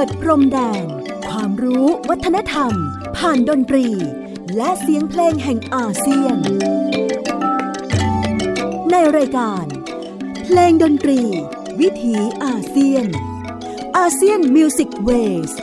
ดพรมแดนความรู้วัฒนธรรมผ่านดนตรีและเสียงเพลงแห่งอาเซียนในรายการเพลงดนตรีวิถีอาเซียนอาเซียนมิวสิกเวส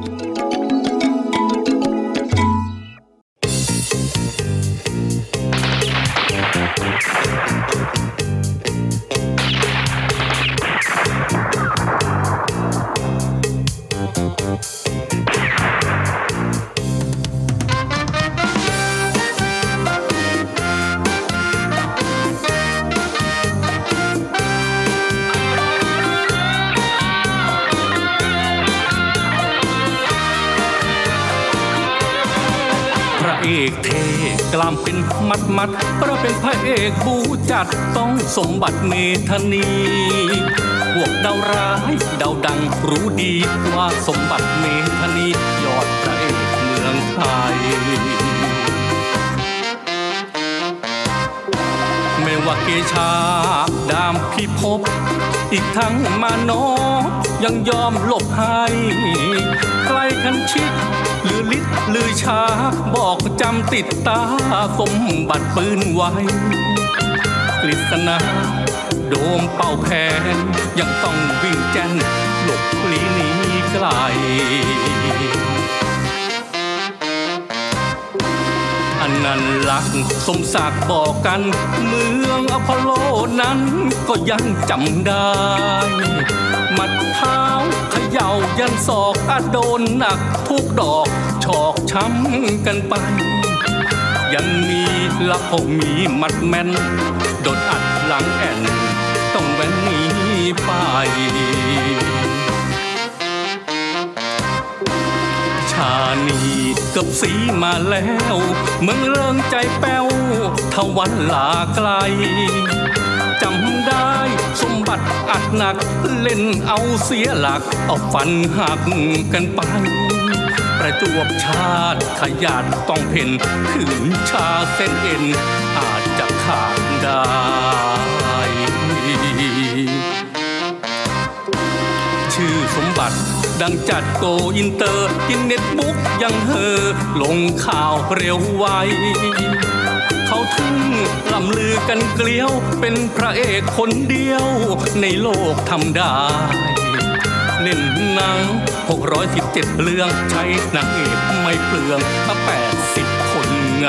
เอกเทกล้ามเป็นมัดเราเป็นพระเอกบูจัดต้องสมบัติเมธานีพวกดาวร้ายดาวดังรู้ดีว่าสมบัติเมธานียอดพระเอกเมืองไทยไม่ว่าเกชาดามพิภพอีกทั้งมาโนยังยอมหลบให้ใครคันชิดหรือลิดหรือชาบอกจำติดตาสมบัติปืนไว้กฤษณาโดมเป่าแผนยังต้องวิ่งแจ้นหลบลี้หนีไกลอันนั้นลักษณ์สมศักดิ์บอกกันเมืองอพอลโลนั้นก็ยังจำได้มัดเท้าเขย่ายันศอกโดนหนักทุกดอกชอกช้ำกันไปยังมีลักของมีมัดแม่นโดนอัดหลังแอนต้องแว้นหนีไปชานีกับสีมาแล้วเมืองเริงใจแป้วทวันลาไกลจำได้สมบัติอัดหนักเล่นเอาเสียหลักเอาฟันหักกันไปประจวบชาติขยาดต้องเพ่นขืนชาเส้นเอ็นอาจจะขาดได้ชื่อสมบัติดังจัดโกอินเตอร์กินเน็ตบุ๊กยังเฮอลงข่าวเร็วไวเขาถึงลำลือกันเกลียวเป็นพระเอกคนเดียวในโลกทำได้เล่นหนัง617เรื่องใช้นางเอกไม่เปลือง80คนไง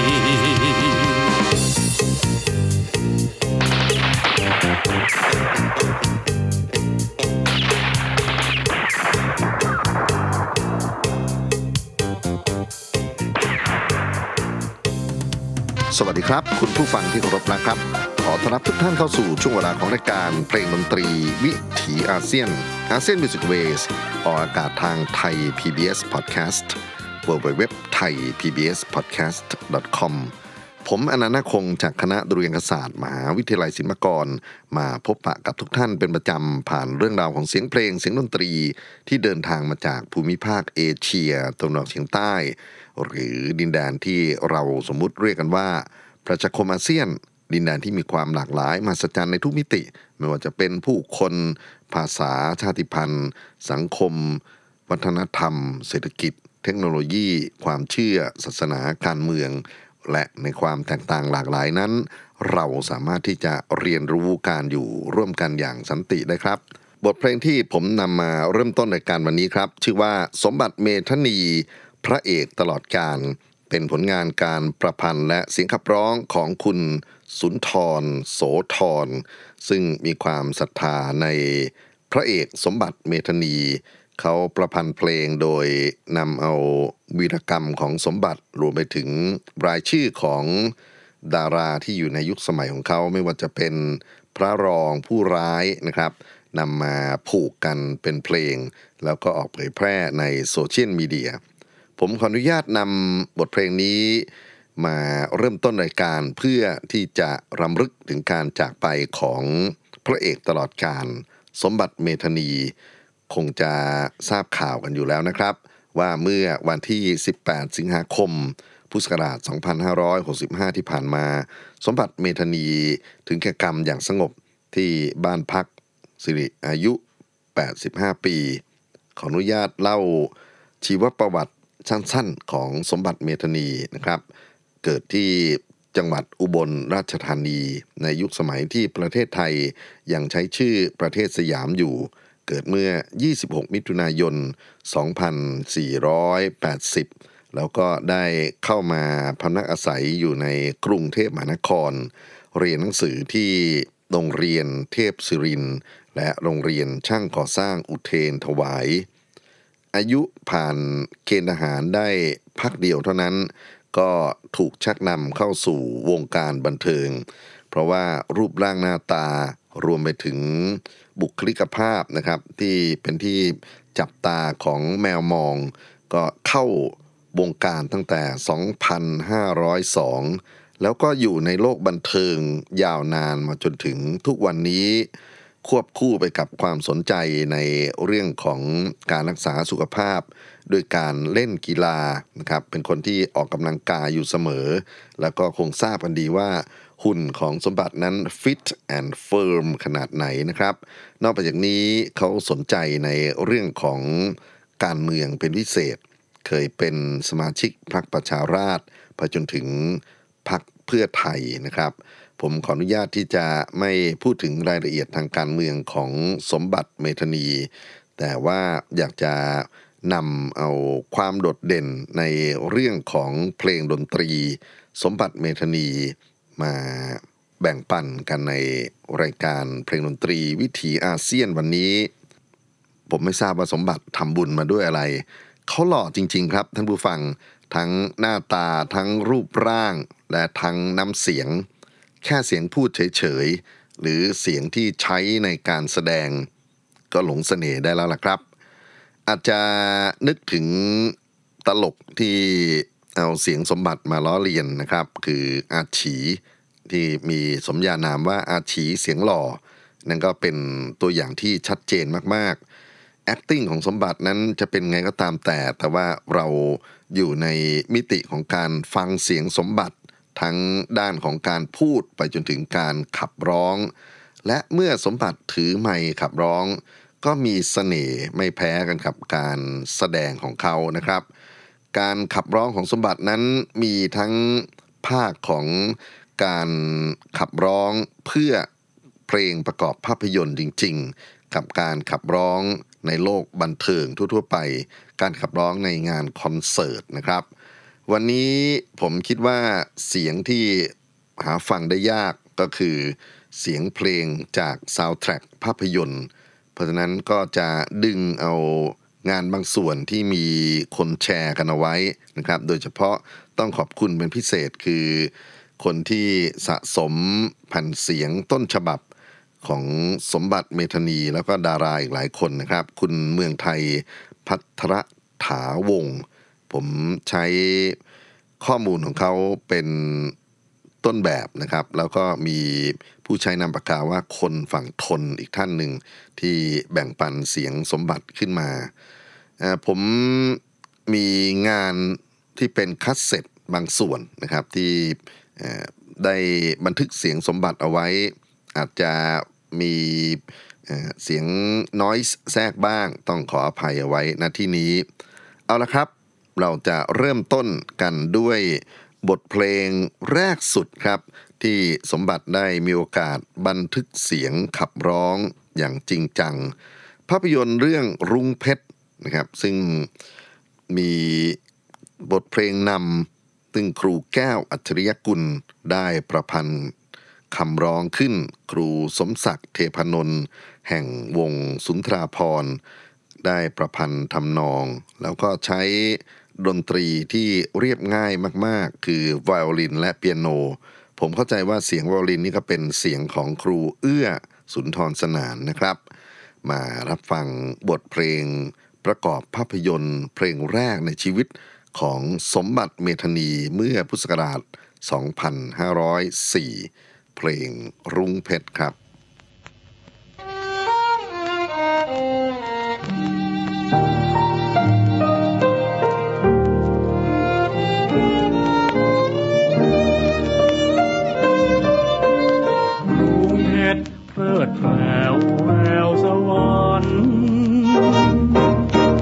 สวัสดีครับคุณผู้ฟังที่เคารพนะครับขอต้อนรับทุกท่านเข้าสู่ช่วงเวลาของรายการเพลงดนตรีวิถีอาเซียนอาเซียนมิวสิกเวสออกอากาศทางไทย PBS Podcast www.thaipbspodcast.com ผมอนันต์ คงจากคณะดุริยางคศาสตร์มหาวิทยาลัยศิลปากรมาพบปะกับทุกท่านเป็นประจำผ่านเรื่องราวของเสียงเพลงเสียงดนตรีที่เดินทางมาจากภูมิภาคเอเชียตะวันออกเฉียงใต้หรือดินแดนที่เราสมมุติเรียกกันว่าประชาคมอาเซียนดินแดนที่มีความหลากหลายมหัศจรรย์ในทุกมิติไม่ว่าจะเป็นผู้คนภาษาชาติพันธุ์สังคมวัฒนธรรมเศรษฐกิจเทคโนโลยีความเชื่อศาสนาการเมืองและในความแตกต่างหลากหลายนั้นเราสามารถที่จะเรียนรู้การอยู่ร่วมกันอย่างสันติได้ครับบทเพลงที่ผมนำมาเริ่มต้นในการวันนี้ครับชื่อว่าสมบัติเมธานีพระเอกตลอดกาลเป็นผลงานการประพันธ์และเสียงขับร้องของคุณสุนทรโสธรซึ่งมีความศรัทธาในพระเอกสมบัติเมธานีเขาประพันธ์เพลงโดยนำเอาวีรกรรมของสมบัติรวมไปถึงรายชื่อของดาราที่อยู่ในยุคสมัยของเขาไม่ว่าจะเป็นพระรองผู้ร้ายนะครับนำมาผูกกันเป็นเพลงแล้วก็ออกเผยแพร่ในโซเชียลมีเดียผมขออนุญาตนำบทเพลงนี้มาเริ่มต้นรายการเพื่อที่จะรำลึกถึงการจากไปของพระเอกตลอดกาลสมบัติเมธานีคงจะทราบข่าวกันอยู่แล้วนะครับว่าเมื่อวันที่18สิงหาคมพุทธศักราช2565ที่ผ่านมาสมบัติเมธานีถึงแก่กรรมอย่างสงบที่บ้านพักสิริอายุ85ปีขออนุญาตเล่าชีวประวัติสั้นๆของสมบัติเมธานีนะครับเกิดที่จังหวัดอุบลราชธานีในยุคสมัยที่ประเทศไทยยังใช้ชื่อประเทศสยามอยู่เกิดเมื่อ26มิถุนายน2480แล้วก็ได้เข้ามาพำนักอาศัยอยู่ในกรุงเทพมหานครเรียนหนังสือที่โรงเรียนเทพศิรินทร์และโรงเรียนช่างก่อสร้างอุเทรถวายอายุผ่านเกณฑ์ทหารได้พักเดียวเท่านั้นก็ถูกชักนำเข้าสู่วงการบันเทิงเพราะว่ารูปร่างหน้าตารวมไปถึงบุคลิกภาพนะครับที่เป็นที่จับตาของแมวมองก็เข้าวงการตั้งแต่ 2502 แล้วก็อยู่ในโลกบันเทิงยาวนานมาจนถึงทุกวันนี้ควบคู่ไปกับความสนใจในเรื่องของการรักษาสุขภาพโดยการเล่นกีฬานะครับเป็นคนที่ออกกำลังกายอยู่เสมอแล้วก็คงทราบกันดีว่าหุ่นของสมบัตินั้น fit and firm ขนาดไหนนะครับนอกจากนี้เขาสนใจในเรื่องของการเมืองเป็นพิเศษเคยเป็นสมาชิกพรรคประชาราษฎร์ไปจนถึงพรรคเพื่อไทยนะครับผมขออนุญาตที่จะไม่พูดถึงรายละเอียดทางการเมืองของสมบัติเมธานีแต่ว่าอยากจะนำเอาความโดดเด่นในเรื่องของเพลงดนตรีสมบัติเมธานีมาแบ่งปันกันในรายการเพลงดนตรีวิถีอาเซียนวันนี้ผมไม่ทราบว่าสมบัติทำบุญมาด้วยอะไรเขาหล่อจริงๆครับท่านผู้ฟังทั้งหน้าตาทั้งรูปร่างและทั้งน้ำเสียงแค่เสียงพูดเฉยๆหรือเสียงที่ใช้ในการแสดงก็หลงเสน่ห์ได้แล้วล่ะครับอาจจะนึกถึงตลกที่เอาเสียงสมบัติมาล้อเลียนนะครับคืออาฉีที่มีสมญานามว่าอาฉีเสียงหล่อนั่นก็เป็นตัวอย่างที่ชัดเจนมากๆ acting ของสมบัตินั้นจะเป็นไงก็ตามแต่ว่าเราอยู่ในมิติของการฟังเสียงสมบัติทั้งด้านของการพูดไปจนถึงการขับร้องและเมื่อสมบัติถือไมค์ขับร้องก็มีเสน่ห์ไม่แพ้กันกับการแสดงของเขานะครับการขับร้องของสมบัตินั้นมีทั้งภาคของการขับร้องเพื่อเพลงประกอบภาพยนตร์จริงๆกับการขับร้องในโลกบันเทิงทั่วๆไปการขับร้องในงานคอนเสิร์ตนะครับวันนี้ผมคิดว่าเสียงที่หาฟังได้ยากก็คือเสียงเพลงจากซาวด์แทร็กภาพยนตร์เพราะฉะนั้นก็จะดึงเอางานบางส่วนที่มีคนแชร์กันเอาไว้นะครับโดยเฉพาะต้องขอบคุณเป็นพิเศษคือคนที่สะสมแผ่นเสียงต้นฉบับของสมบัติเมธานีแล้วก็ดาราอีกหลายคนนะครับคุณเมืองไทยภัทรถาวงศ์ผมใช้ข้อมูลของเขาเป็นต้นแบบนะครับแล้วก็มีผู้ใช้นามปากกาว่าคนฝั่งทนอีกท่านหนึ่งที่แบ่งปันเสียงสมบัติขึ้นมาผมมีงานที่เป็นคัสเซ็ตบางส่วนนะครับที่ได้บันทึกเสียงสมบัติเอาไว้อาจจะมีเสียงนอยส์แทรกบ้างต้องขออภัยเอาไว้ณที่นี้เอาละครับเราจะเริ่มต้นกันด้วยบทเพลงแรกสุดครับที่สมบัติได้มีโอกาสบันทึกเสียงขับร้องอย่างจริงจังภาพยนตร์เรื่องรุ้งเพชรนะครับซึ่งมีบทเพลงนำซึ่งครูแก้วอัจฉริยกุลได้ประพันธ์คำร้องขึ้นครูสมศักดิ์เทพนนท์แห่งวงสุนทราภรณ์ได้ประพันธ์ทำนองแล้วก็ใช้ดนตรีที่เรียบง่ายมากๆคือไวโอลินและเปียโนผมเข้าใจว่าเสียงไวโอลินนี่ก็เป็นเสียงของครูเอื้อสุนทรสนานนะครับมารับฟังบทเพลงประกอบภาพยนตร์เพลงแรกในชีวิตของสมบัติเมธานีเมื่อพุทธศักราช 2504 เพลงรุ้งเพชรครับเพิดแผ่วแววสวรรค์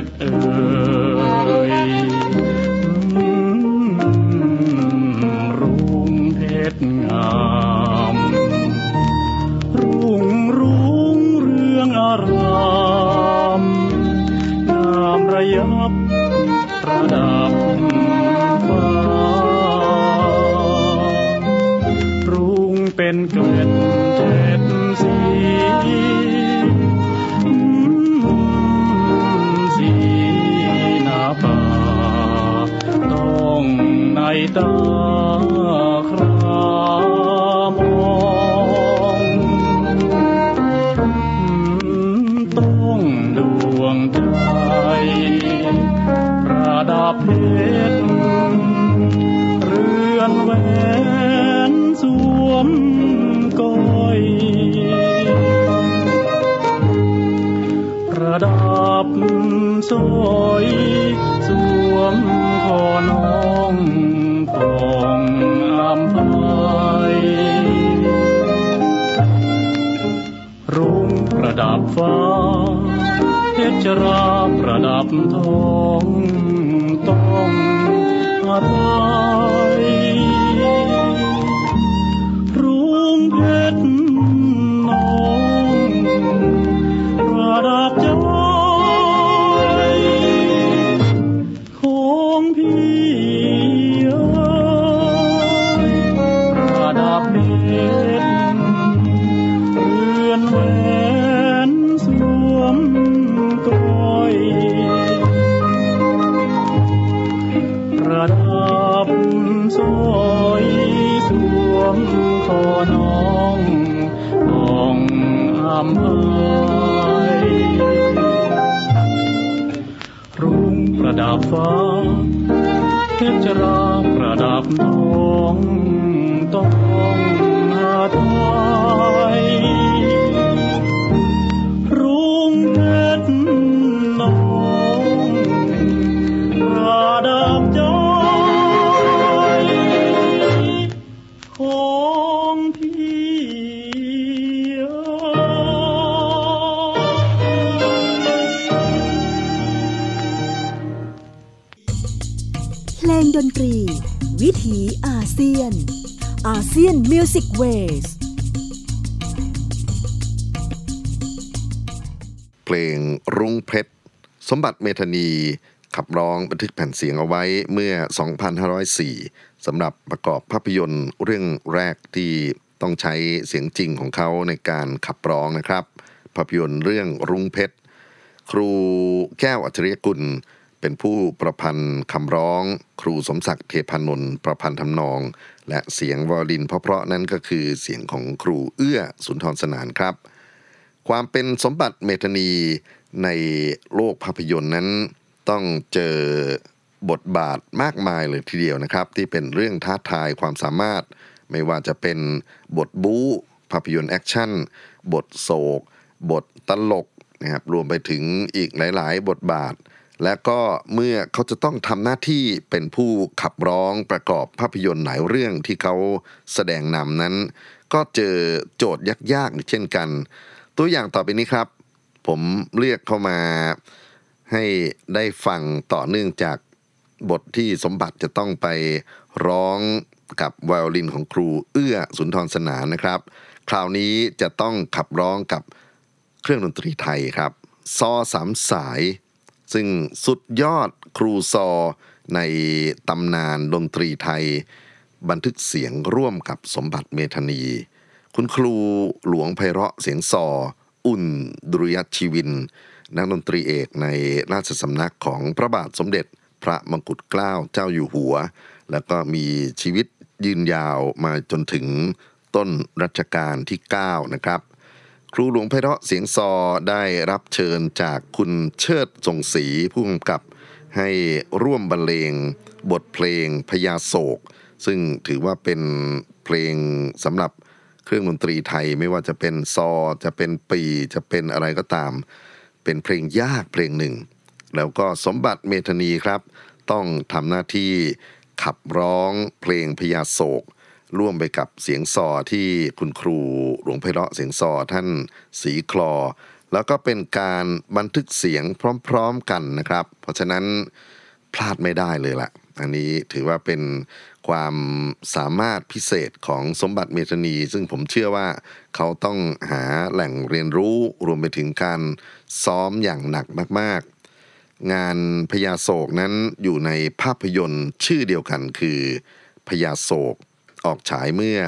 ชรเอ่ยรุ่งเพชรงามรุ่งเรืองอารามงามระยับประดับฟ้ารุ่งเป็นเกล็ดเจ็ดสีหน้าป่าต้องในตาครามองต้องดวงใจประดับเพชรเรือนแหวนสวมก้อยประดับสอยสวมคอน้องปองอำไพรุ่งประดับฟ้าเพชรราประดับทองต้องอะไรรุ่งเพชรน้องประดับใจของพี่ประดับเพชรเรือนแหวนสวมก้อยประดับสอยสวมคอน้องอ่องอำไพรุ่งประดับฟ้าเพชรราประดับทองต้องหาไทยรุ่งเพชรน้องประดับใจของพี่เพลงดนตรีวิถีอาเซียนอาเซียนมิวสิกเวสเพลงรุ้งเพชรสมบัติเมธานีขับร้องบันทึกแผ่นเสียงเอาไว้เมื่อ 2504 สำหรับประกอบภาพยนตร์เรื่องแรกที่ต้องใช้เสียงจริงของเขาในการขับร้องนะครับภาพยนตร์เรื่องรุ้งเพชรครูแก้วอัจฉริยกุลเป็นผู้ประพันธ์คำร้องครูสมศักดิ์เทพานนท์ประพันธ์ทำนองและเสียงวอลินเพราะๆนั้นก็คือเสียงของครูเอื้อสุนทรสนานครับความเป็นสมบัติเมธานีในโลกภาพยนตร์นั้นต้องเจอบทบาทมากมายเลยทีเดียวนะครับที่เป็นเรื่องท้าทายความสามารถไม่ว่าจะเป็นบทบู๊ภาพยนตร์แอคชั่นบทโศกบทตลกนะครับรวมไปถึงอีกหลายๆบทบาทและก็เมื่อเขาจะต้องทำหน้าที่เป็นผู้ขับร้องประกอบภาพยนตร์หลายเรื่องที่เขาแสดงนำนั้นก็เจอโจทย์ยากๆเช่นกันตัวอย่างต่อไปนี้ครับผมเรียกเข้ามาให้ได้ฟังต่อเนื่องจากบทที่สมบัติจะต้องไปร้องกับไวโอลินของครูเอื้อสุนทรสนานนะครับคราวนี้จะต้องขับร้องกับเครื่องดนตรีไทยครับซอสามสายซึ่งสุดยอดครูซอในตำนานดนตรีไทยบันทึกเสียงร่วมกับสมบัติเมธานีคุณครูหลวงไพเราะเสียงซออุ่นดุริยชีวินนักดนตรีเอกในราชสำนักของพระบาทสมเด็จพระมงกุฎเกล้าเจ้าอยู่หัวแล้วก็มีชีวิตยืนยาวมาจนถึงต้นรัชกาลที่9นะครับครูหลวงไพเราะเสียงซอได้รับเชิญจากคุณเชิดทรงศรีผู้กำกับให้ร่วมบรรเลงบทเพลงพญาโศกซึ่งถือว่าเป็นเพลงสำหรับเครื่องดนตรีไทยไม่ว่าจะเป็นซอจะเป็นปีจะเป็นอะไรก็ตามเป็นเพลงยากเพลงหนึ่งแล้วก็สมบัติเมธานีครับต้องทำหน้าที่ขับร้องเพลงพญาโศกร่วมไปกับเสียงซอที่คุณครูหลวงไพเราะเสียงซอท่านศรีคลอแล้วก็เป็นการบันทึกเสียงพร้อมๆกันนะครับเพราะฉะนั้นพลาดไม่ได้เลยล่ะอันนี้ถือว่าเป็นความสามารถพิเศษของสมบัติเมธานีซึ่งผมเชื่อว่าเขาต้องหาแหล่งเรียนรู้รวมไปถึงการซ้อมอย่างหนักมากๆงานพญาโศกนั้นอยู่ในภาพยนตร์ชื่อเดียวกันคือพญาโศกออกฉายเมื่อ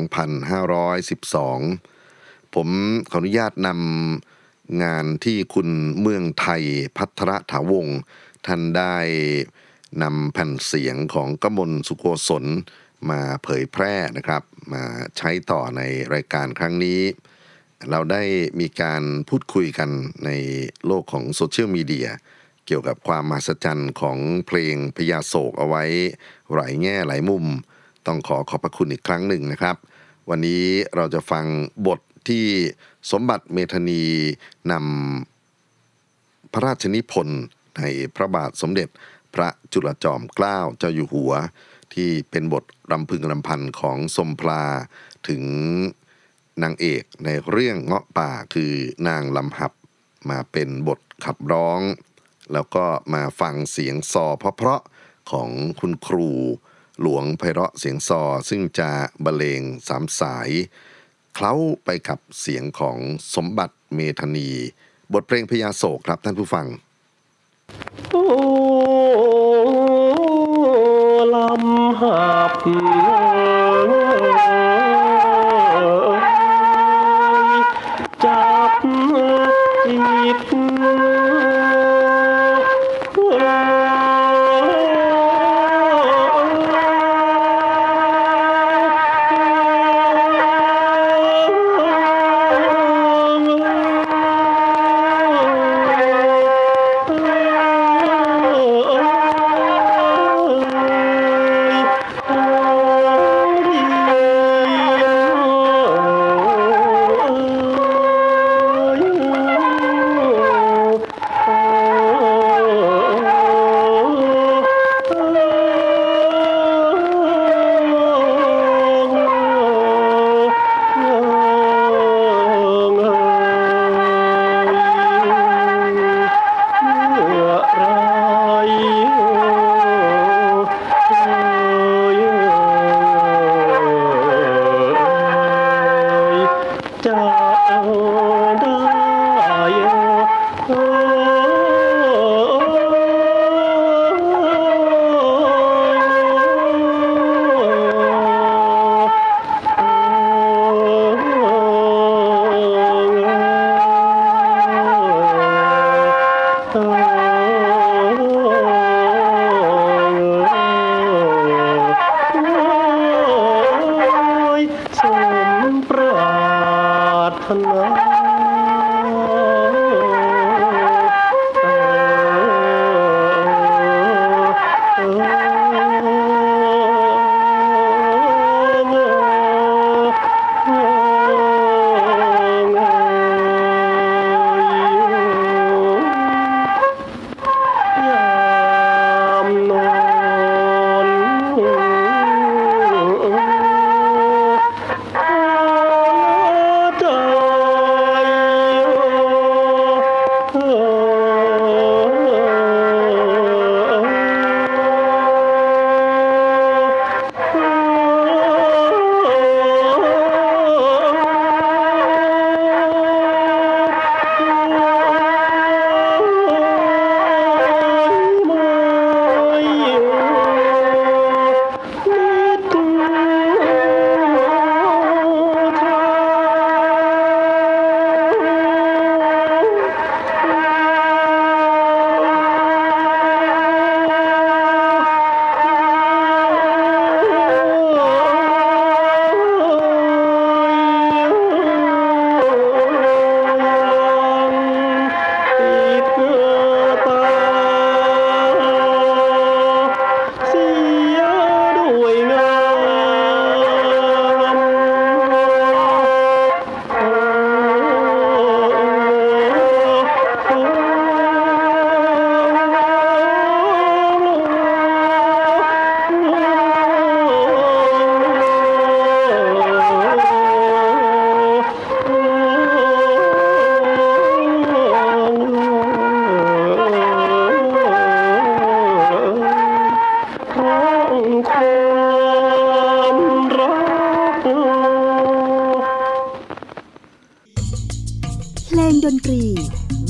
2512 ผมขออนุญาตนำงานที่คุณเมืองไทยภัทรถาวงศ์ท่านได้นำแผ่นเสียงของกมลสุโกศลมาเผยแพร่นะครับมาใช้ต่อในรายการครั้งนี้เราได้มีการพูดคุยกันในโลกของโซเชียลมีเดียเกี่ยวกับความมหัศจรรย์ของเพลงพญาโศกเอาไว้หลายแง่หลายมุมต้องขอบพระคุณอีกครั้งหนึ่งนะครับวันนี้เราจะฟังบทที่สมบัติเมธานีนำพระราชนิพนธ์ในพระบาทสมเด็จพระจุลจอมเกล้าเจ้าอยู่หัวที่เป็นบทรำพึงรำพันของสมพลาถึงนางเอกในเรื่องเงาะป่าคือนางลำหับมาเป็นบทขับร้องแล้วก็มาฟังเสียงซอเพราะๆของคุณครูหลวงไพเราะเสียงซอซึ่งจะบรรเลงสามสายเคล้าไปกับเสียงของสมบัติเมธานีบทเพลงพญาโศกครับท่านผู้ฟังโอ้ลำหับจับจิต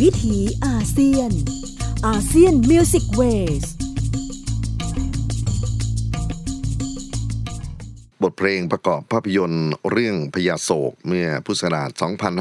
วิถีอาเซียนอาเซียนมิวสิกเวสบทเพลงประกอบภาพยนตร์เรื่องพญาโศกเมื่อพุทธศักราช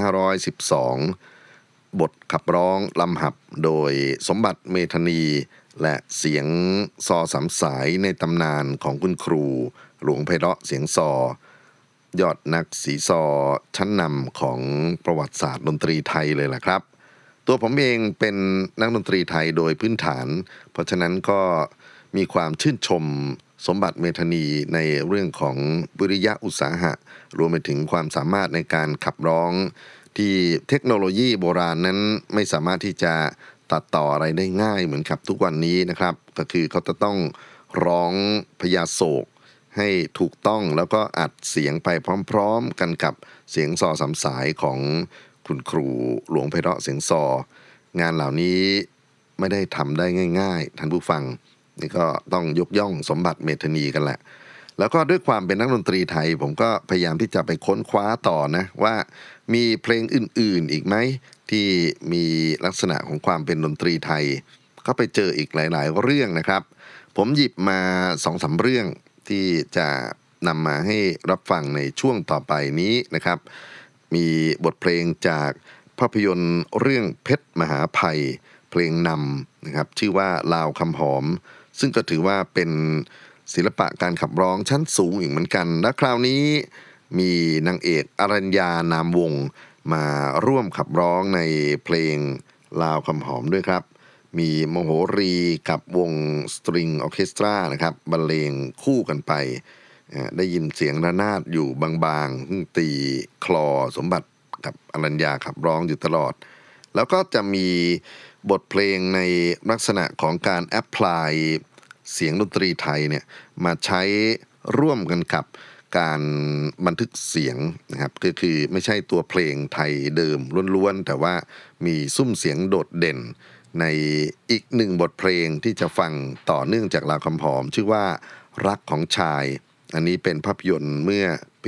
2512 บทขับร้องลำหับโดยสมบัติเมธานีและเสียงซอสามสายในตำนานของคุณครูหลวงไพเราะเสียงซอยอดนักสีซอชั้นนำของประวัติศาสตร์ดนตรีไทยเลยล่ะครับตัวผมเองเป็นนักดนตรีไทยโดยพื้นฐานเพราะฉะนั้นก็มีความชื่นชมสมบัติเมธานีในเรื่องของวิริยะอุตสาหะรวมไปถึงความสามารถในการขับร้องที่เทคโนโลยีโบราณนั้นไม่สามารถที่จะตัดต่ออะไรได้ง่ายเหมือนกับทุกวันนี้นะครับก็คือเขาจะต้องร้องพญาโศกให้ถูกต้องแล้วก็อัดเสียงไปพร้อมๆกันกับเสียงซอสามสายของคุณครูหลวงไพเราะเสียงซองานเหล่านี้ไม่ได้ทำได้ง่ายๆท่านผู้ฟังนี่ก็ต้องยกย่องสมบัติเมธานีกันแหละแล้วก็ด้วยความเป็นนักดนตรีไทยผมก็พยายามที่จะไปค้นคว้าต่อนะว่ามีเพลงอื่นๆอีกไหมที่มีลักษณะของความเป็นดนตรีไทยก็ไปเจออีกหลายๆเรื่องนะครับผมหยิบมา 2-3 เรื่องที่จะนำมาให้รับฟังในช่วงต่อไปนี้นะครับมีบทเพลงจากภาพยนตร์เรื่องเพชรมหาภัยเพลงนำนะครับชื่อว่าลาวคำหอมซึ่งก็ถือว่าเป็นศิลปะการขับร้องชั้นสูงอีกเหมือนกันและคราวนี้มีนางเอกอรัญญานามวงศ์มาร่วมขับร้องในเพลงลาวคำหอมด้วยครับมีมโหรีกับวงสตริงออร์เคสตรานะครับบรรเลงคู่กันไปได้ยินเสียงระนาดอยู่บางๆตีคลอสมบัติกับอรัญญาขับร้องอยู่ตลอดแล้วก็จะมีบทเพลงในลักษณะของการแอพพลายเสียงดนตรีไทยเนี่ยมาใช้ร่วมกันกับการบันทึกเสียงนะครับก็คือไม่ใช่ตัวเพลงไทยเดิมล้วนๆแต่ว่ามีซุ้มเสียงโดดเด่นในอีกหนึ่งบทเพลงที่จะฟังต่อเนื่องจากลาวคำหอมชื่อว่ารักของชายอันนี้เป็นภาพยนตร์เมื่อปี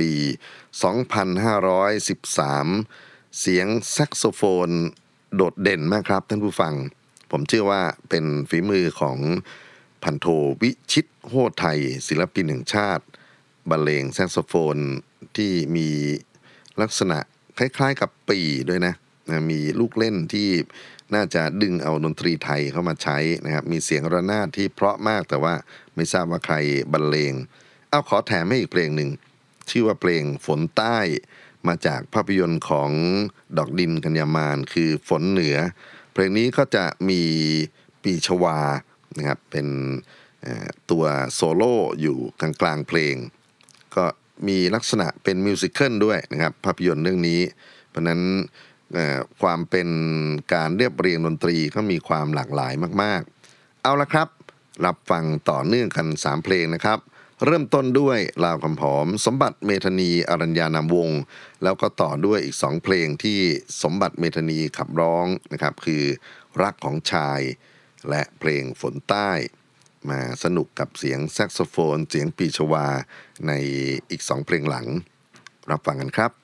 2513 เสียงแซกโซโฟนโดดเด่นมากครับท่านผู้ฟังผมเชื่อว่าเป็นฝีมือของพันโทวิชิตโหไทยศิลปินแห่งชาติบรรเลงแซกโซโฟนที่มีลักษณะคล้ายๆกับปี่ด้วยนะมีลูกเล่นที่น่าจะดึงเอาดนตรีไทยเข้ามาใช้นะครับมีเสียงระนาดที่เพราะมากแต่ว่าไม่ทราบว่าใครบรรเลงเอาขอแถมให้อีกเพลงหนึ่งชื่อว่าเพลงฝนใต้มาจากภาพยนตร์ของดอกดินกัญญามารคือฝนเหนือเพลงนี้ก็จะมีปีชวานะครับเป็นตัวโซโล่อยู่กลางๆเพลงก็มีลักษณะเป็นมิวสิคัลด้วยนะครับภาพยนตร์เรื่องนี้เพราะนั้นความเป็นการเรียบเรียงดนตรีก็มีความหลากหลายมากๆเอาละครับรับฟังต่อเนื่องกัน3เพลงนะครับเริ่มต้นด้วยลาวคำหอมสมบัติเมธานีอรัญญานามวงศ์แล้วก็ต่อด้วยอีก2เพลงที่สมบัติเมธานีขับร้องนะครับคือรักของชายและเพลงฝนใต้มาสนุกกับเสียงแซกโซโฟนเสียงปีชวาในอีก2เพลงหลังรับฟังกันครับ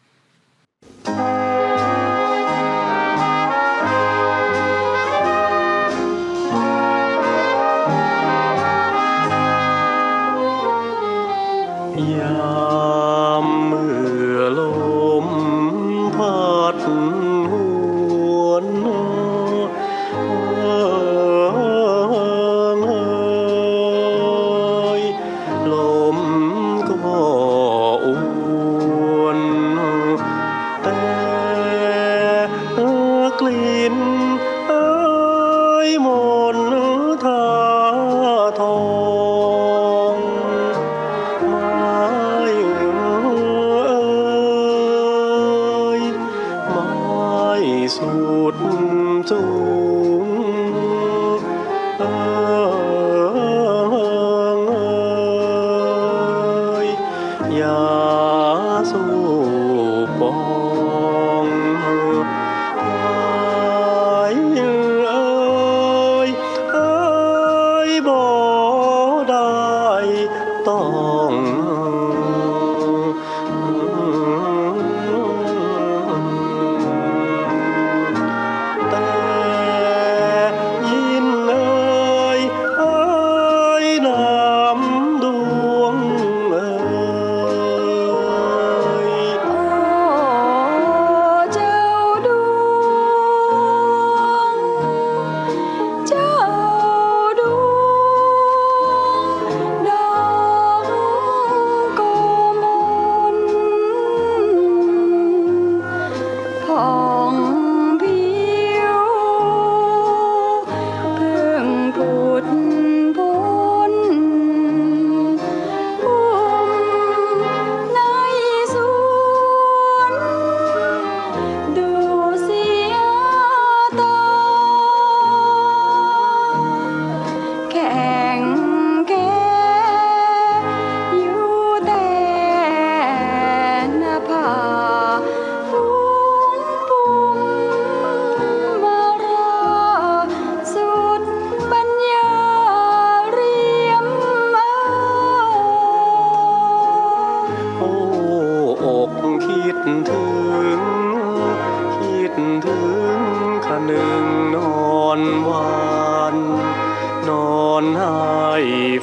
ยามเมื่อลมพัดหวนลมก็อวนแต่กลิ่นมนทาทองสุดสูง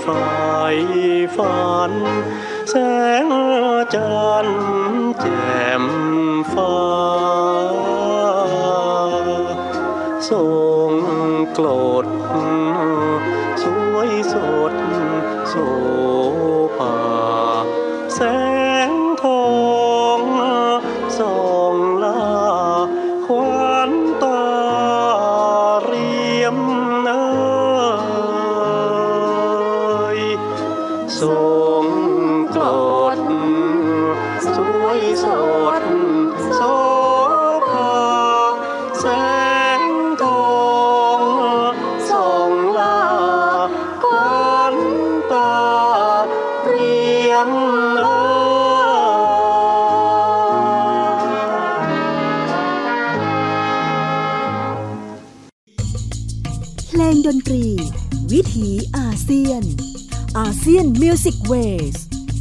ใฝ่ฝันแสงจันทร์แจ่มฟ้าส่งกลดสวยสดโสภาแสงทองส่องลาขวัญตาเรียมส่งกลดสวยสดโสภาแสงทองส่องลาขวัญตาเรียมเพลงดนตรีวิถีอาเซียนอาเซียนมิวสิกเวส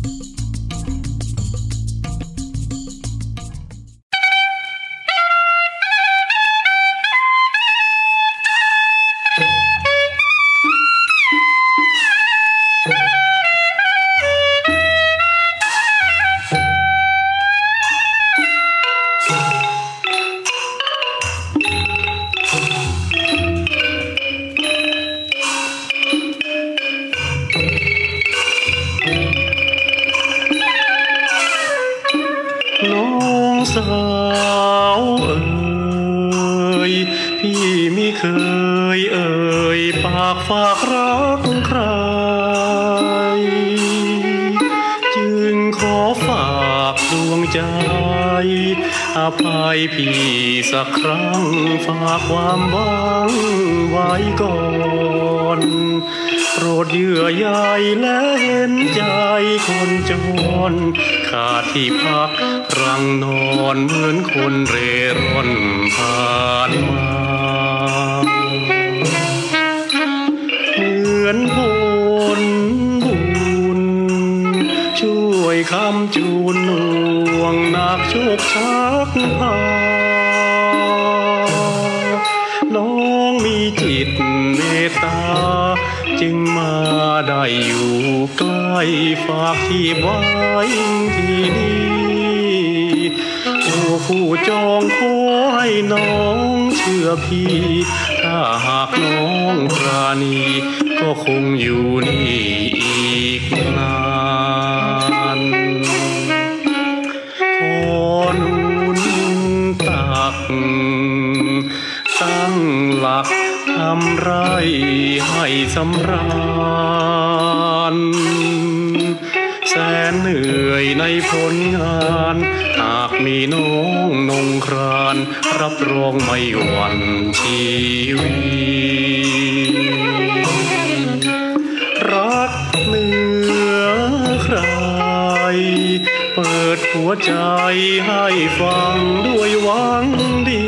น้องสาวเอ๋ยพี่ไม่เคยเอ่ยปากฝากรักใครจึงขอฝากดวงใจอภัยพี่สักครั้งฝากความหวังไว้ก่อนโปรดเยื่อใยและเห็นใจคนจนขาดที่พักรังนอนเหมือนคนเร่ร่อนผ่านมาเหมือนผลบุญช่วยคำจูนหน่วงหนักโชคชักพาน้องมีจิตเมตตาจึงมาได้อยู่ใกล้ฝากที่ไว้ที่นี่โอ้ผู้จองขอให้น้องเชื่อพี่ถ้าหากน้องปราณีก็คงอยู่นี่อีกนานขอนุนตักตั้งหลักทำไรให้สำราญแสนเหนื่อยในผลงานหากมีน้องนงครานรับรองไม่หวั่นชีวิตรักเหนือใครเปิดหัวใจให้ฟังด้วยหวังดี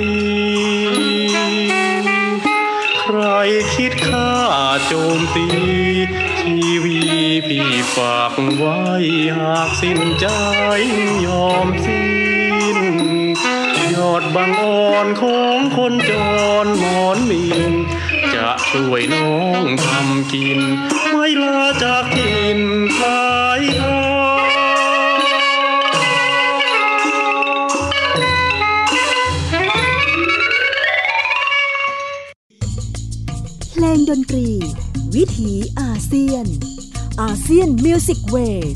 ใครคิดฆ่าโจมตีชีวิตพี่ฝากไว้หากสิ้นใจยอมสิ้นยอดบางอ่อนของคนจรหมอนมินจะช่วยน้องทำกินไม่ลาจากกินปลายทางเพลงดนตรีวิถีอาเซียนอาเซียนมิวสิกเวส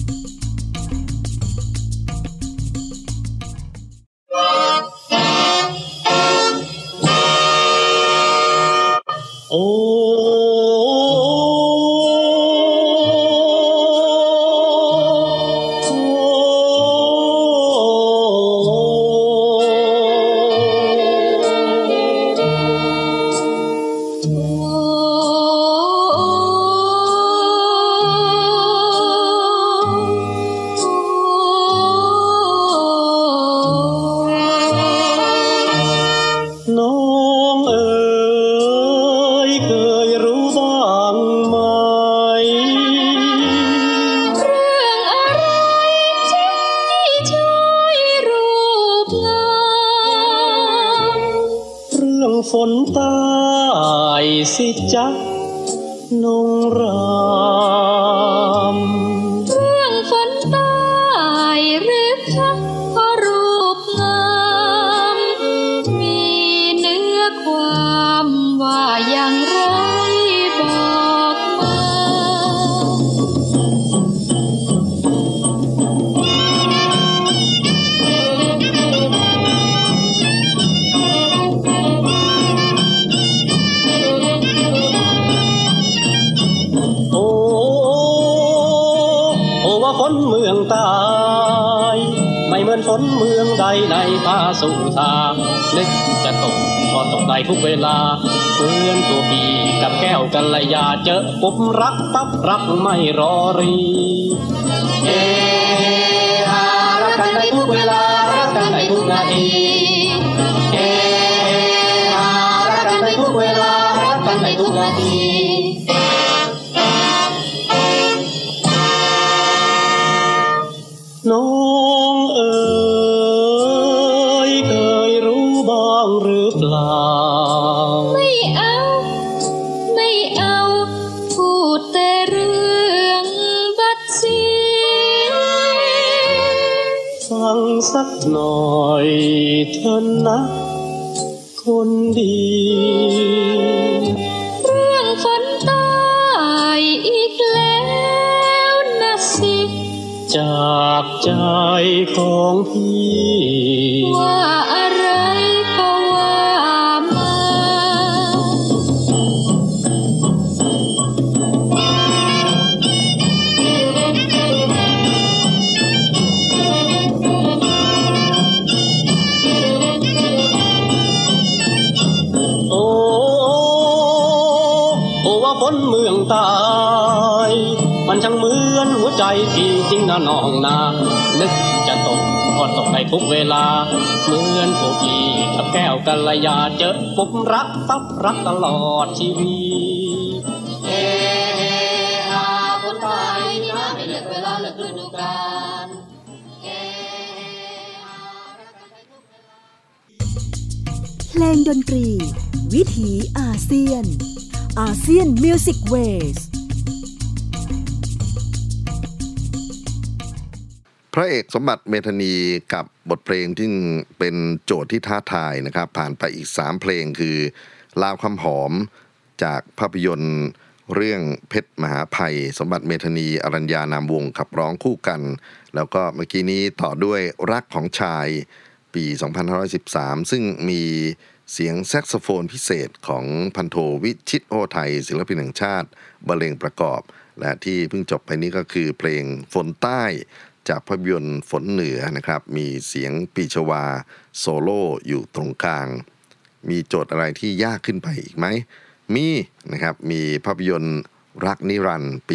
โอ้น้องเอ๋ยเคยรู้บ้างไหมเรื่องอะไรที่ช่วยรูปงามเรื่องฝนใต้สิจ๊ะนงรามเรื่องฝนใต้หรือคะเพราะรูปงามมีเนื้อความว่าอย่างไรบอกมาฝนเมืองใต้ไม่เหมือนฝนเมืองใดในภาสู่ทางนึกจะตกก็ตกได้ทุกเวลาเหมือนตัวพี่กับแก้วกัลยาเจอปุ๊บรักปั๊บรักไม่รอรีรักกันได้ทุกเวลารักกันได้ทุกนาทีรักกันได้ทุกเวลารักกันได้ทุกนาทีน้องเอ๋ยเคยรู้บ้างหรือเปล่าไม่เอาพูดแต่เรื่องบัดซีฟังสักหน่อยเถอะนะคนดีเรื่องฝนใต้อีกแล้วนะสิจากใจของพี่ว่าอะไรก็ว่ามาโอ้ว่าฝนเมืองใต้มันช่างเหมือนหัวใจพี่จริงนะน้องนานึกจะตกก็ตกในทุกเวลาเหมือนตัวพี่กับแก้วกัลยาเจอปุ๊บรักปั๊บรักตลอดชีวิตคนไทยนะไม่เลือกเวลาเลือกฤดูกาลเพลงดนตรีวิถีอาเซียนมิวสิกเวสพระเอกสมบัติเมธานีกับบทเพลงที่เป็นโจทย์ที่ท้าทายนะครับผ่านไปอีก3เพลงคือลาวคำหอมจากภาพยนตร์เรื่องเพชรมหาภัยสมบัติเมธานีอรัญญานามวงขับร้องคู่กันแล้วก็เมื่อกี้นี้ต่อด้วยรักของชายปี2513ซึ่งมีเสียงแซกโซโฟนพิเศษของพันโทวิชิตโอไทยศิลปินแห่งชาติบรรเลงประกอบและที่เพิ่งจบไปนี้ก็คือเพลงฝนใต้จากภาพยนตร์ฝนเหนือนะครับมีเสียงปีชวาโซโล่อยู่ตรงกลางมีโจทย์อะไรที่ยากขึ้นไปอีกไหมมีนะครับมีภาพยนตร์รักนิรันดร์ปี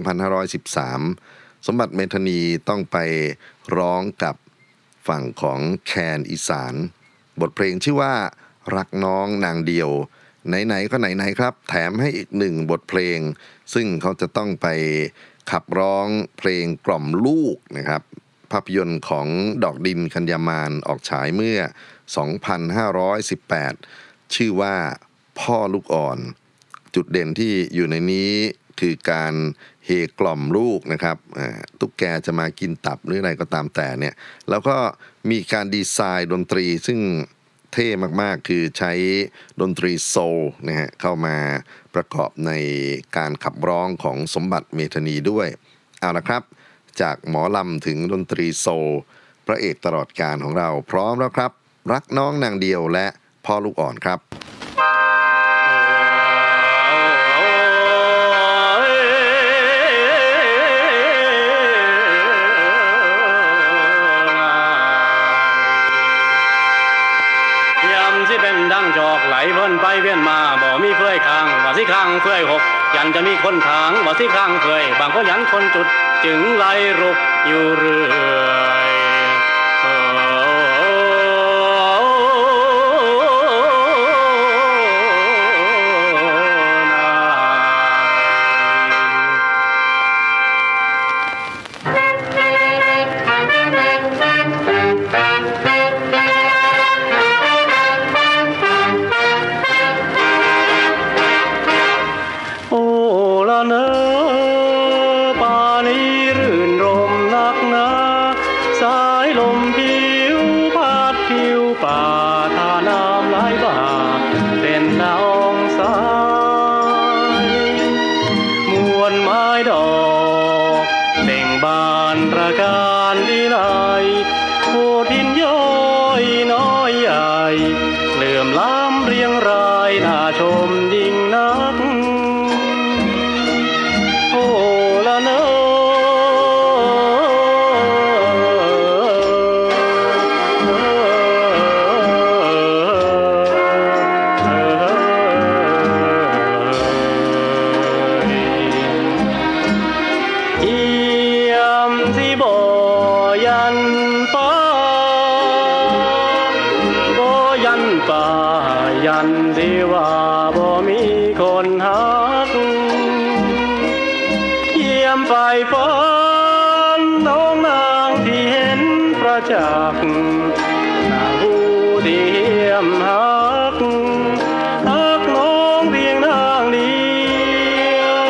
2513สมบัติเมธานีต้องไปร้องกับฝั่งของแคนอีสานบทเพลงชื่อว่ารักน้องนางเดียวไหนๆก็ไหนๆครับแถมให้อีก1บทเพลงซึ่งเขาจะต้องไปขับร้องเพลงกล่อมลูกนะครับภาพยนตร์ของดอกดินคัญญามานออกฉายเมื่อ2518ชื่อว่าพ่อลูกอ่อนจุดเด่นที่อยู่ในนี้คือการเฮกล่อมลูกนะครับตุ๊กแกจะมากินตับหรืออะไรก็ตามแต่เนี่ยแล้วก็มีการดีไซน์ดนตรีซึ่งเท่มากๆคือใช้ดนตรีโซลนะฮะเข้ามาประกอบในการขับร้องของสมบัติเมธานีด้วยเอาละครับจากหมอลำถึงดนตรีโซลพระเอกตลอดกาลของเราพร้อมแล้วครับรักน้องนางเดียวและพ่อลูกอ่อนครับดังจอกไหลเพิ่นไปเวียนมาบ่มีเฟื่อยคางว่าสิคางเฟื่อยหกยันจะมีคนทางว่าสิคางเฟื่อยบางคนยันคนจุดจึงไหลรุกอยู่เรื่อยไฟฝันน้องนางที่เห็นประจักษ์นางผู้ที่เหี้ยมหักน้องเพียงนางเดียว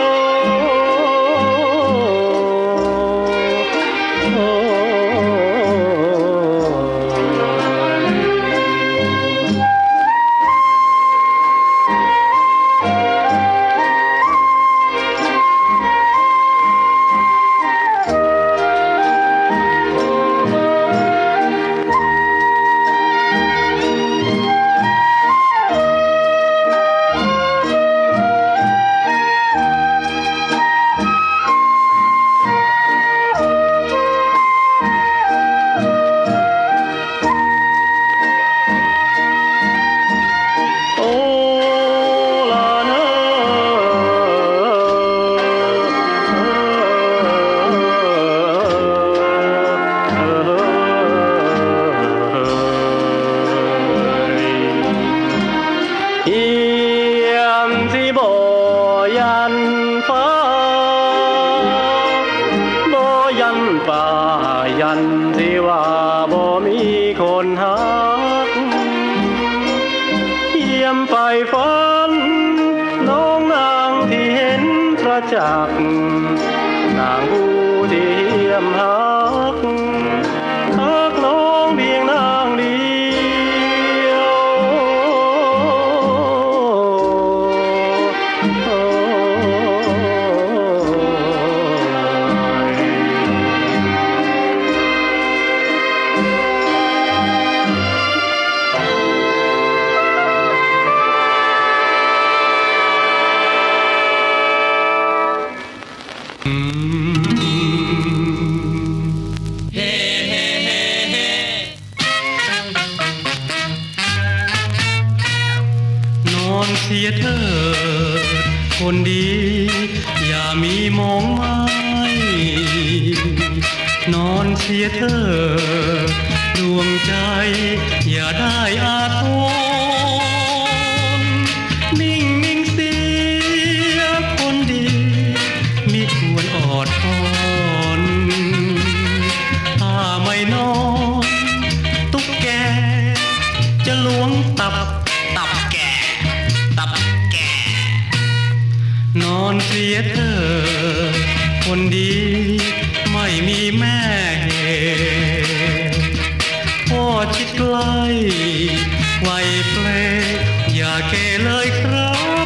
นางผู้ที่เหี้ยมหักน้องเพียงนางเดียวเสียเถิดคนดีอย่ามีมองไม้นอนเสียเถิดดวงใจอย่าได้อาทรนิ่งเสียคนดีมิควรอดทนถ้าไม่นอนตุ๊กแกจะล้วงตับนอนเสียเถิดคนดีไม่มีแม่เหตุพ่อชิดใกล้ไว้เปลอย่าเกเลยครับ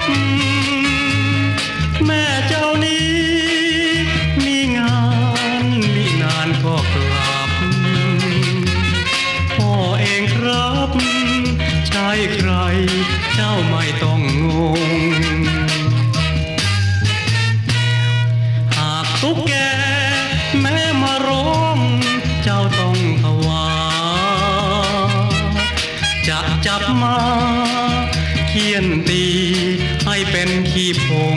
แม่เจ้านี้มีงานมีนานก็กลับพ่อเองครับใช่ใครเจ้าไม่ต้องงงตุ๊กแกแม้มาร้องเจ้าต้องภาวะจะจับมาเคี่ยนตีให้เป็นขี้ผง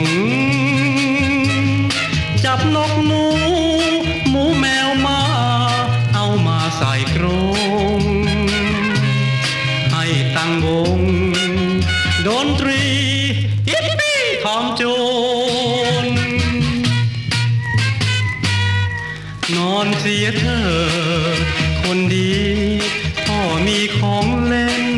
จับนกหนูหมูแมวมาเอามาใส่กรงให้ตั้งวงดนตรีฮิปปี้ทอมโจนนอนเสียเถิดคนดีพ่อมีของเล่น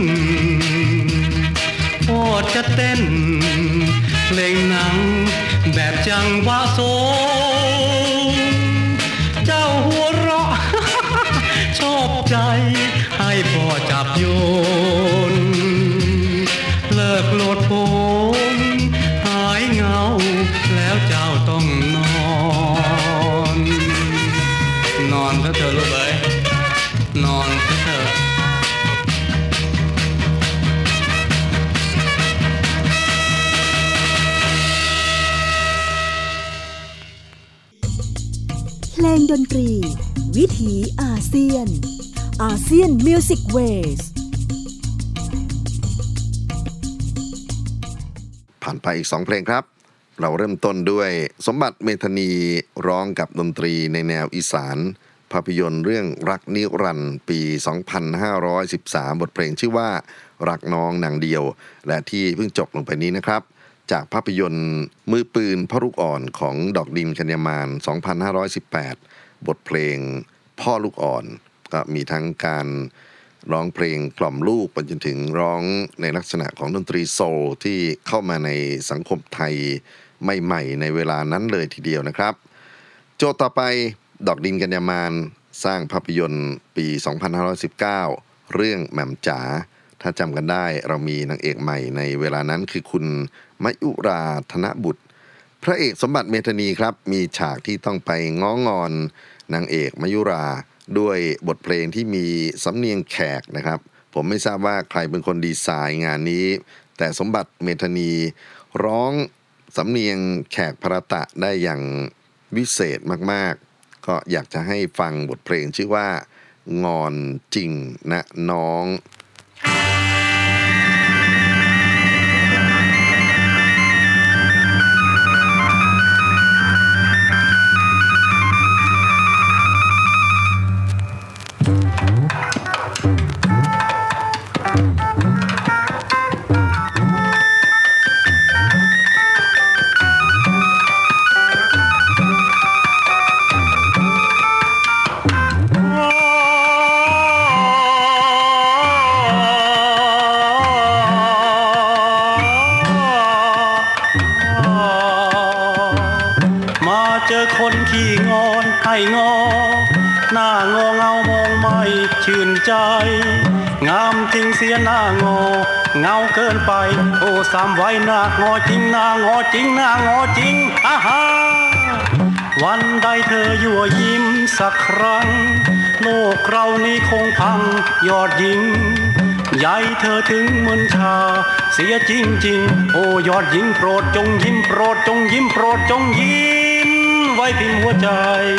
พ่อจะเต้นเพลงหนังแบบจังหวะโซเจ้าหัวเราะ ชอบใจให้พ่อจับโยนเลิกโลดโผนหายเหงาแล้วเจ้าต้องนอนเถอะลูกเอ้ยนอนเถอะเพลงดนตรีวิถีอาเซียนอาเซียนมิวสิกเวสผ่านไปอีก2เพลงครับเราเริ่มต้นด้วยสมบัติเมธานีร้องกับดนตรีในแนวอีสานภาพยนตร์เรื่องรักนิรันดร์ปี 2513 บทเพลงชื่อว่ารักน้องนางเดียวและที่เพิ่งจบลงไปนี้นะครับจากภาพยนตร์มือปืนพ่อลูกอ่อนของดอกดินกัญญามาน2518บทเพลงพ่อลูกอ่อนก็มีทั้งการร้องเพลงกล่อมลูกไปจนถึงร้องในลักษณะของดนตรีโซลที่เข้ามาในสังคมไทยใหม่ๆในเวลานั้นเลยทีเดียวนะครับโจทย์ต่อไปดอกดินกัญญามานสร้างภาพยนตร์ปี2519เรื่องแหม่มจ๋าถ้าจำกันได้เรามีนางเอกใหม่ในเวลานั้นคือคุณมยุราธนบุตรพระเอกสมบัติเมธานีครับมีฉากที่ต้องไปง้องอนนางเอกมยุราด้วยบทเพลงที่มีสำเนียงแขกนะครับผมไม่ทราบว่าใครเป็นคนดีไซน์งานนี้แต่สมบัติเมธานีร้องสำเนียงแขกพรตะได้อย่างวิเศษมากๆก็อยากจะให้ฟังบทเพลงชื่อว่างอนจริงนะน้องชื่นใจงามจริงเสียหน้างอเงาเกินไปโอ้สามไว้หน้างอจริงหน้างอจริงหน้างอจริงอาฮาวันใดเธอยั่วยิ้มสักครั้งโลกเรานี้คงพังยอดหญิงใหญ่เธอถึงมึนชาเสียจริงๆโอ้ยอดหญิงโปรดจงยิ้มโปรดจงยิ้มโปรดจงยิ้มไว้พิมพ์หัวใจ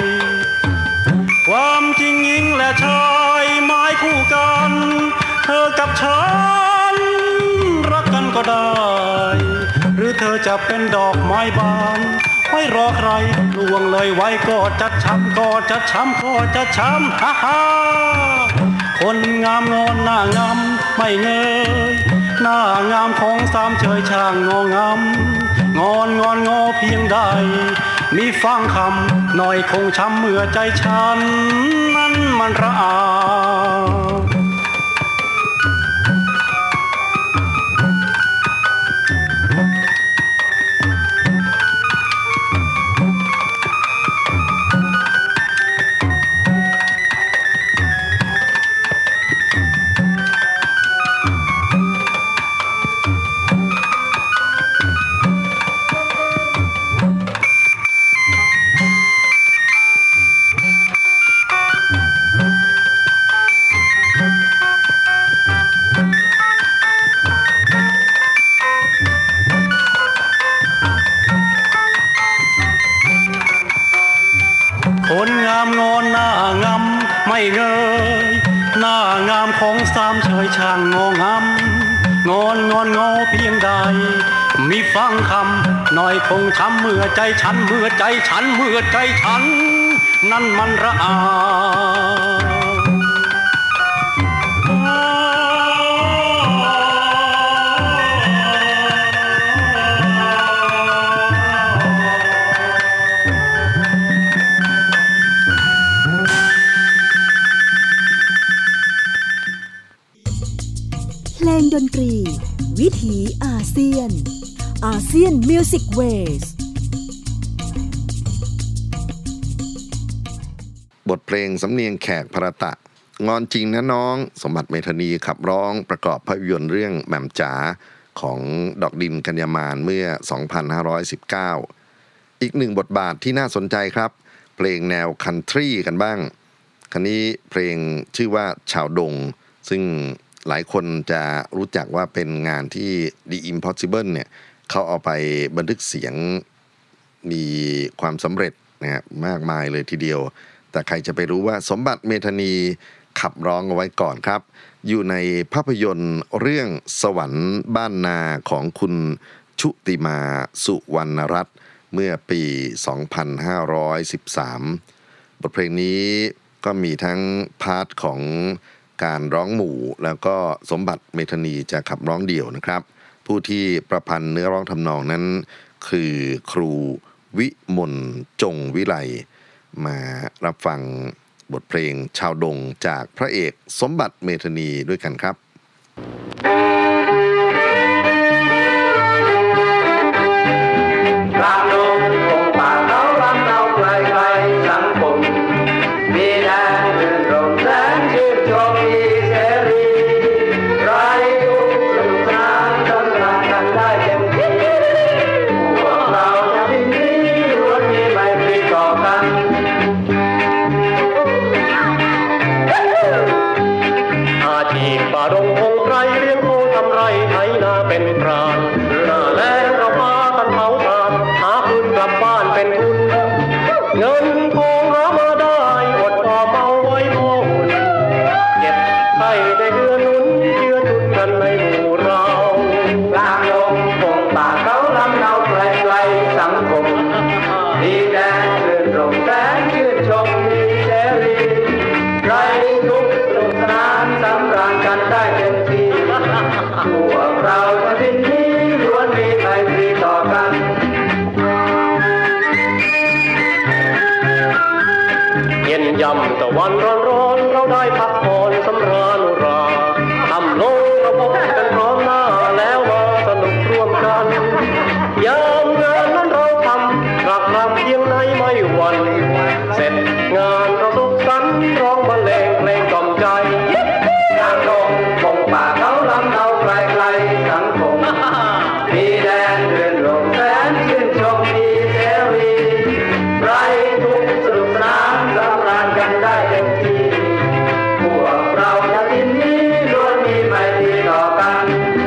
ความจริงหญิงและชายไม้คู่กันเธอกับฉันรักกันก็ได้หรือเธอจะเป็นดอกไม้บานไว้รอใครลวงเลยไว้ก็จะช้ำก็จะช้ำก็จะช้ำฮ่าฮ่าคนงามงอนหน้างามไม่เงยหน้างามของสามเชยช่างงองามงอนงอเพียงใดมีฟังคำหน่อยคงช้ำเมื่อใจฉันนั้นมันระอาคนงามงอนหน้างามไม่เงยหน้างามของสามเชยช่างงองามงอเพียงใดมีฟังคำหน่อยคงช้ำเมื่อใจฉันเมื่อใจฉันเมื่อใจฉันนั่นมันระอาเพลงดนตรีวิถีอาเซียนอาเซียนมิวสิกเวสบทเพลงสำเนียงแขกพรตะงอนจริงนะน้องสมบัติเมธานีขับร้องประกอบภาพยนตร์เรื่องแหม่มจ๋าของดอกดินกัญญามานเมื่อ2519อีกหนึ่งบทบาทที่น่าสนใจครับเพลงแนวคันทรีกันบ้างคันนี้เพลงชื่อว่าชาวดงซึ่งหลายคนจะรู้จักว่าเป็นงานที่ The Impossible เนี่ยเขาเอาไปบันทึกเสียงมีความสำเร็จนะครับมากมายเลยทีเดียวแต่ใครจะไปรู้ว่าสมบัติเมธานีขับร้องเอาไว้ก่อนครับอยู่ในภาพยนตร์เรื่องสวรรค์บ้านนาของคุณชุติมาสุวรรณรัตน์เมื่อปี 2513 บทเพลงนี้ก็มีทั้งพาร์ทของการร้องหมู่แล้วก็สมบัติเมธานีจะขับร้องเดี่ยวนะครับผู้ที่ประพันธ์เนื้อร้องทำนองนั้นคือครูวิมลจงวิไลมารับฟังบทเพลงชาวดงจากพระเอกสมบัติเมธานีด้วยกันครับยำตะวันร้อนๆเราได้พักผ่อนสำราญอุราทำลงเราพบกันพร้อมหน้าแล้วมาสนุกร่วมกันยามงานนั้นเราทำรักรำเพียงไหนไม่หวั่นเสร็จงานเราสุขสันต์ร้องบรรเลงเพลงกล่อมใจงานลงคงป่าเขาลำเราไกลๆสังคมมีแดนเดินลงแสนชื่นชมมีเสรีไรทุกสนุกสนานสำราญกันได้เต็มที่พวกเราชาวถิ่นนี้ล้วนมีไมตรีต่อกัน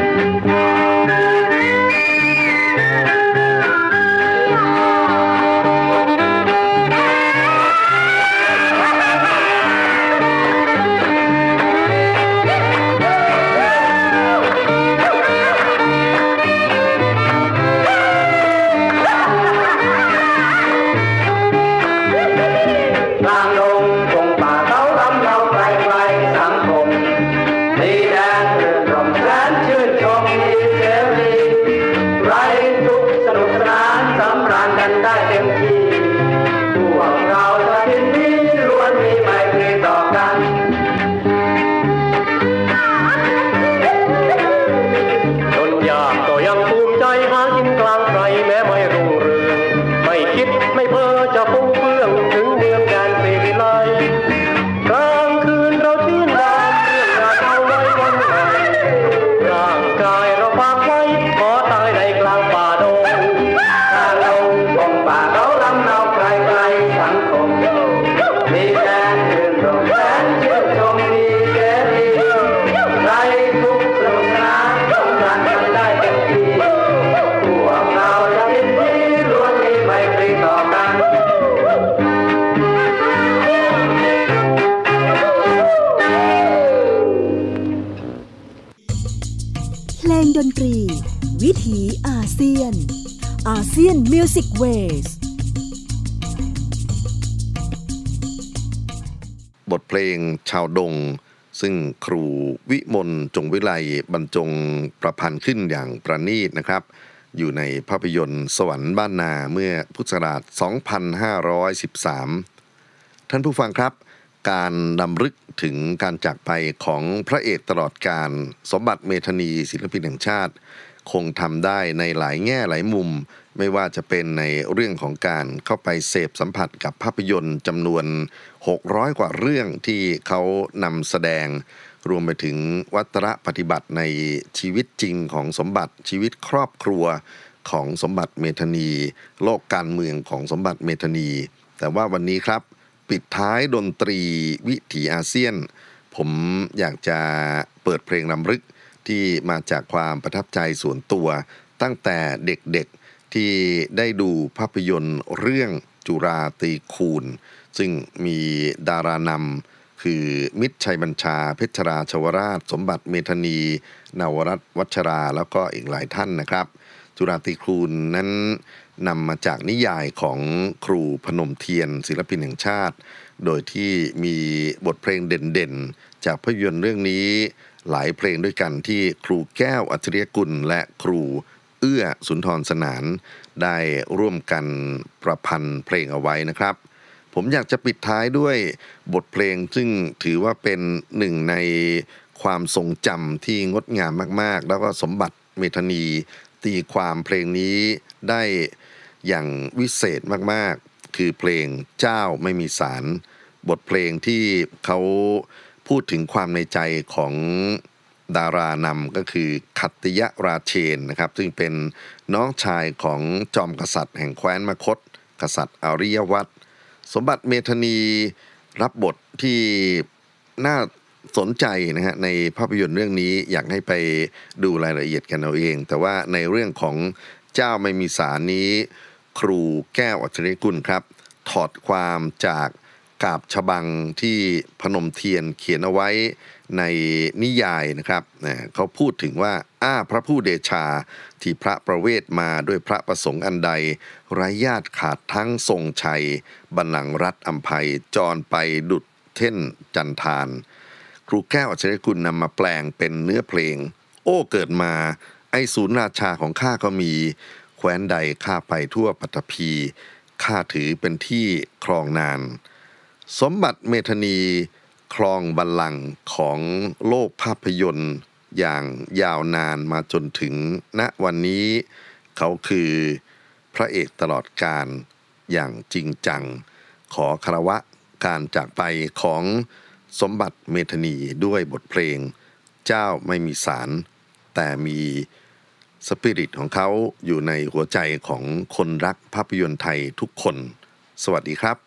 ดนตรีวิถีอาเซียนอาเซียนมิวสิกเวสบทเพลงชาวดงซึ่งครูวิมลจงวิไลบรรจงประพันธ์ขึ้นอย่างประณีตนะครับอยู่ในภาพยนตร์สวรรค์บ้านนาเมื่อพุทธศักราช 2513 ท่านผู้ฟังครับการรำลึกถึงการจากไปของพระเอกตลอดกาลสมบัติเมธานีศิลปินแห่งชาติคงทำได้ในหลายแง่หลายมุมไม่ว่าจะเป็นในเรื่องของการเข้าไปเสพสัมผัสกับภาพยนตร์จำนวน600กว่าเรื่องที่เขานำแสดงรวมไปถึงวัตรปฏิบัติในชีวิตจริงของสมบัติชีวิตครอบครัวของสมบัติเมธานีโลกการเมืองของสมบัติเมธานีแต่ว่าวันนี้ครับปิดท้ายดนตรีวิถีอาเซียนผมอยากจะเปิดเพลงรำลึกที่มาจากความประทับใจส่วนตัวตั้งแต่เด็กๆที่ได้ดูภาพยนตร์เรื่องจุราตีคูณซึ่งมีดารานำคือมิตรชัยบัญชาเพชรราชวราชสมบัติเมธานีนวรัตน์วัชราแล้วก็อีกหลายท่านนะครับจุฬาตีครูลนั้นนำมาจากนิยายของครูพนมเทียนศิลปินแห่งชาติโดยที่มีบทเพลงเด่นๆจากภาพยนตร์เรื่องนี้หลายเพลงด้วยกันที่ครูแก้วอัจฉริยกุลและครูเอื้อสุนทรสนานได้ร่วมกันประพันธ์เพลงเอาไว้นะครับผมอยากจะปิดท้ายด้วยบทเพลงซึ่งถือว่าเป็นหนึ่งในความทรงจำที่งดงามมากๆแล้วก็สมบัติเมธานีตีความเพลงนี้ได้อย่างวิเศษมากๆคือเพลงเจ้าไม่มีสารบทเพลงที่เขาพูดถึงความในใจของดารานำก็คือขัตติยราเชนนะครับซึ่งเป็นน้องชายของจอมกษัตริย์แห่งแคว้นมคธกษัตริย์อริยวัตรสมบัติเมธานีรับบทที่น่าสนใจนะฮะในภาพยนตร์เรื่องนี้อยากให้ไปดูรายละเอียดกันเอาเองแต่ว่าในเรื่องของเจ้าไม่มีสารนี้ครูแก้วอัจฉริยกุลครับถอดความจากกาบฉบังที่พนมเทียนเขียนเอาไว้ในนิยายนะครับเขาพูดถึงว่าพระผู้เดชาที่พระประเวทมาด้วยพระประสงค์อันใดไร้ญาติขาดทั้งทรงชัยบัลลังก์รัฐอัมภัยจรไปดุจเท่นจันทานครูแก้วอัจฉริยกุลนำมาแปลงเป็นเนื้อเพลงโอ้เกิดมาไอ้ศูนย์ราชาของข้าก็มีแคว้นใดข้าไปทั่วปฐพีข้าถือเป็นที่ครองนานสมบัติเมธานีครองบัลลังก์ของโลกภาพยนตร์อย่างยาวนานมาจนถึงณวันนี้เขาคือพระเอกตลอดกาลอย่างจริงจังขอคารวะการจากไปของสมบัติเมธานีด้วยบทเพลงเจ้าไม่มีสารแต่มีสปิริตของเขาอยู่ในหัวใจของคนรักภาพยนตร์ไทยทุกคนสวัสดีครับ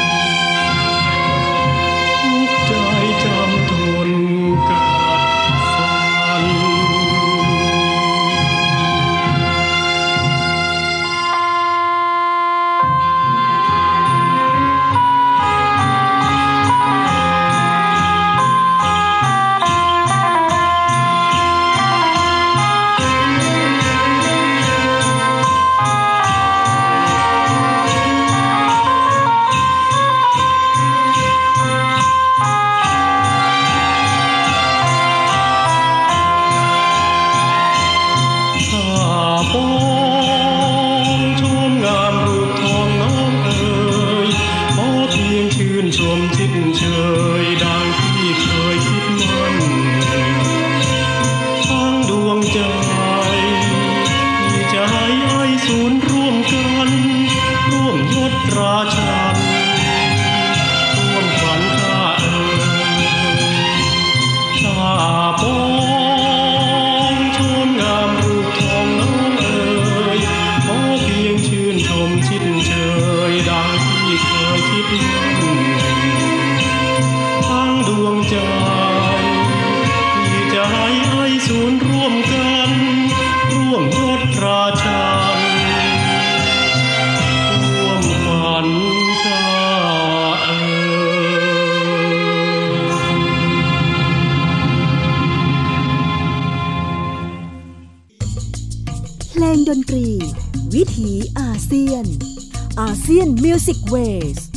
สลงดนตรีวิถีอาเซียนอาเซียนมิวสิกเวส